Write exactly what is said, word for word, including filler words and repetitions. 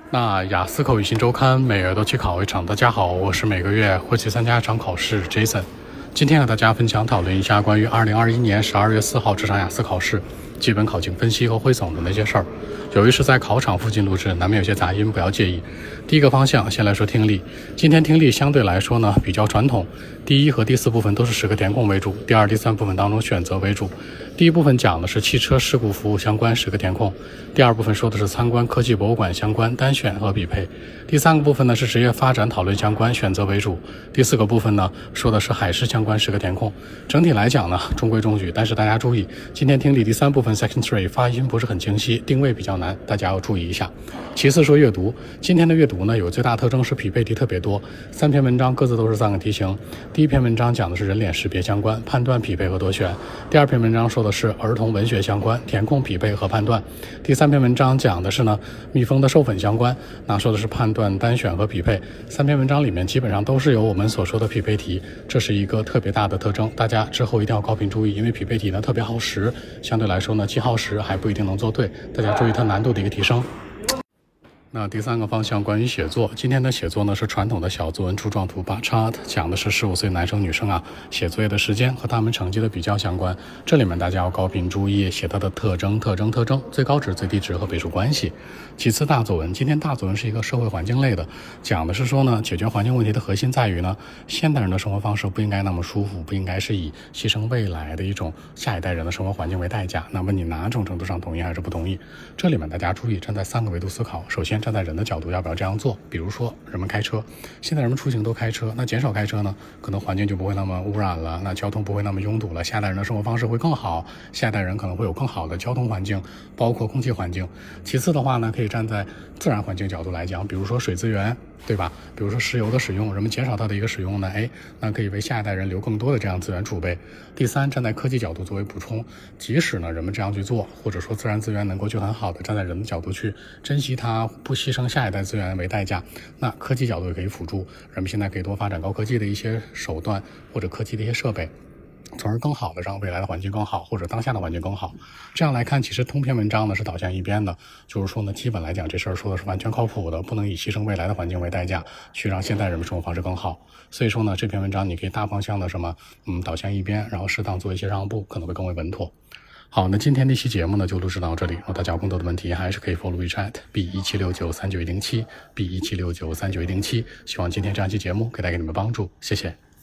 那雅思口语新周刊每月都去考一场。大家好，我是每个月会去参加一场考试 Jason。今天和大家分享讨论一下关于二零二一年十二月四号这场雅思考试基本考情分析和汇总的那些事儿。由于是在考场附近录制，难免有些杂音，不要介意。第一个方向，先来说听力。今天听力相对来说呢比较传统，第一和第四部分都是十个填空为主，第二、第三部分当中选择为主。第一部分讲的是汽车事故服务相关十个填空，第二部分说的是参观科技博物馆相关单选和匹配，第三个部分呢是职业发展讨论相关选择为主，第四个部分呢说的是海事相关十个填空。整体来讲呢中规中矩，但是大家注意，今天听力第三部分 section three 发音不是很清晰，定位比较难，大家要注意一下。其次说阅读，今天的阅读呢有最大特征是匹配题特别多，三篇文章各自都是三个题型。第一篇文章讲的是人脸识别相关判断匹配和多选，第二篇文章说的是儿童文学相关填空匹配和判断，第三篇文章讲的是呢蜜蜂的授粉相关，那说的是判断单选和匹配。三篇文章里面基本上都是有我们所说的匹配题，这是一个特别大的特征，大家之后一定要高频注意，因为匹配题呢特别耗时，相对来说呢既耗时还不一定能做对，大家注意它难度的一个提升。那第三个方向关于写作，今天的写作呢是传统的小作文柱状图 bar chart， 讲的是十五岁男生女生啊写作业的时间和他们成绩的比较相关，这里面大家要高频注意写它的特征特征特征最高值最低值和倍数关系。其次大作文，今天大作文是一个社会环境类的，讲的是说呢解决环境问题的核心在于呢现代人的生活方式不应该那么舒服，不应该是以牺牲未来的一种下一代人的生活环境为代价，那么你哪种程度上同意还是不同意？这里面大家注意站在三个维度思考，首先站在人的角度要不要这样做，比如说人们开车，现在人们出行都开车，那减少开车呢可能环境就不会那么污染了，那交通不会那么拥堵了，下一代人的生活方式会更好，下一代人可能会有更好的交通环境包括空气环境。其次的话呢可以站在自然环境角度来讲，比如说水资源对吧，比如说石油的使用，人们减少它的一个使用呢，哎，那可以为下一代人留更多的这样资源储备。第三，站在科技角度作为补充，即使呢人们这样去做，或者说自然资源能够去很好的站在人的角度去珍惜它，不牺牲下一代资源为代价，那科技角度也可以辅助，人们现在可以多发展高科技的一些手段或者科技的一些设备，从而更好的让未来的环境更好，或者当下的环境更好。这样来看，其实通篇文章呢是导向一边的，就是说呢基本来讲这事儿说的是完全靠谱的，不能以牺牲未来的环境为代价去让现代人们生活方式更好。所以说呢这篇文章你可以大方向的什么嗯导向一边，然后适当做一些让步，可能会更为稳妥。好，那今天这期节目呢就录制到这里，如果大家有更多的问题还是可以 follow WeChat B 一七六九三九一零七 B 一七六九三九一零七，希望今天这样一期节目可以带给你们帮助，谢谢。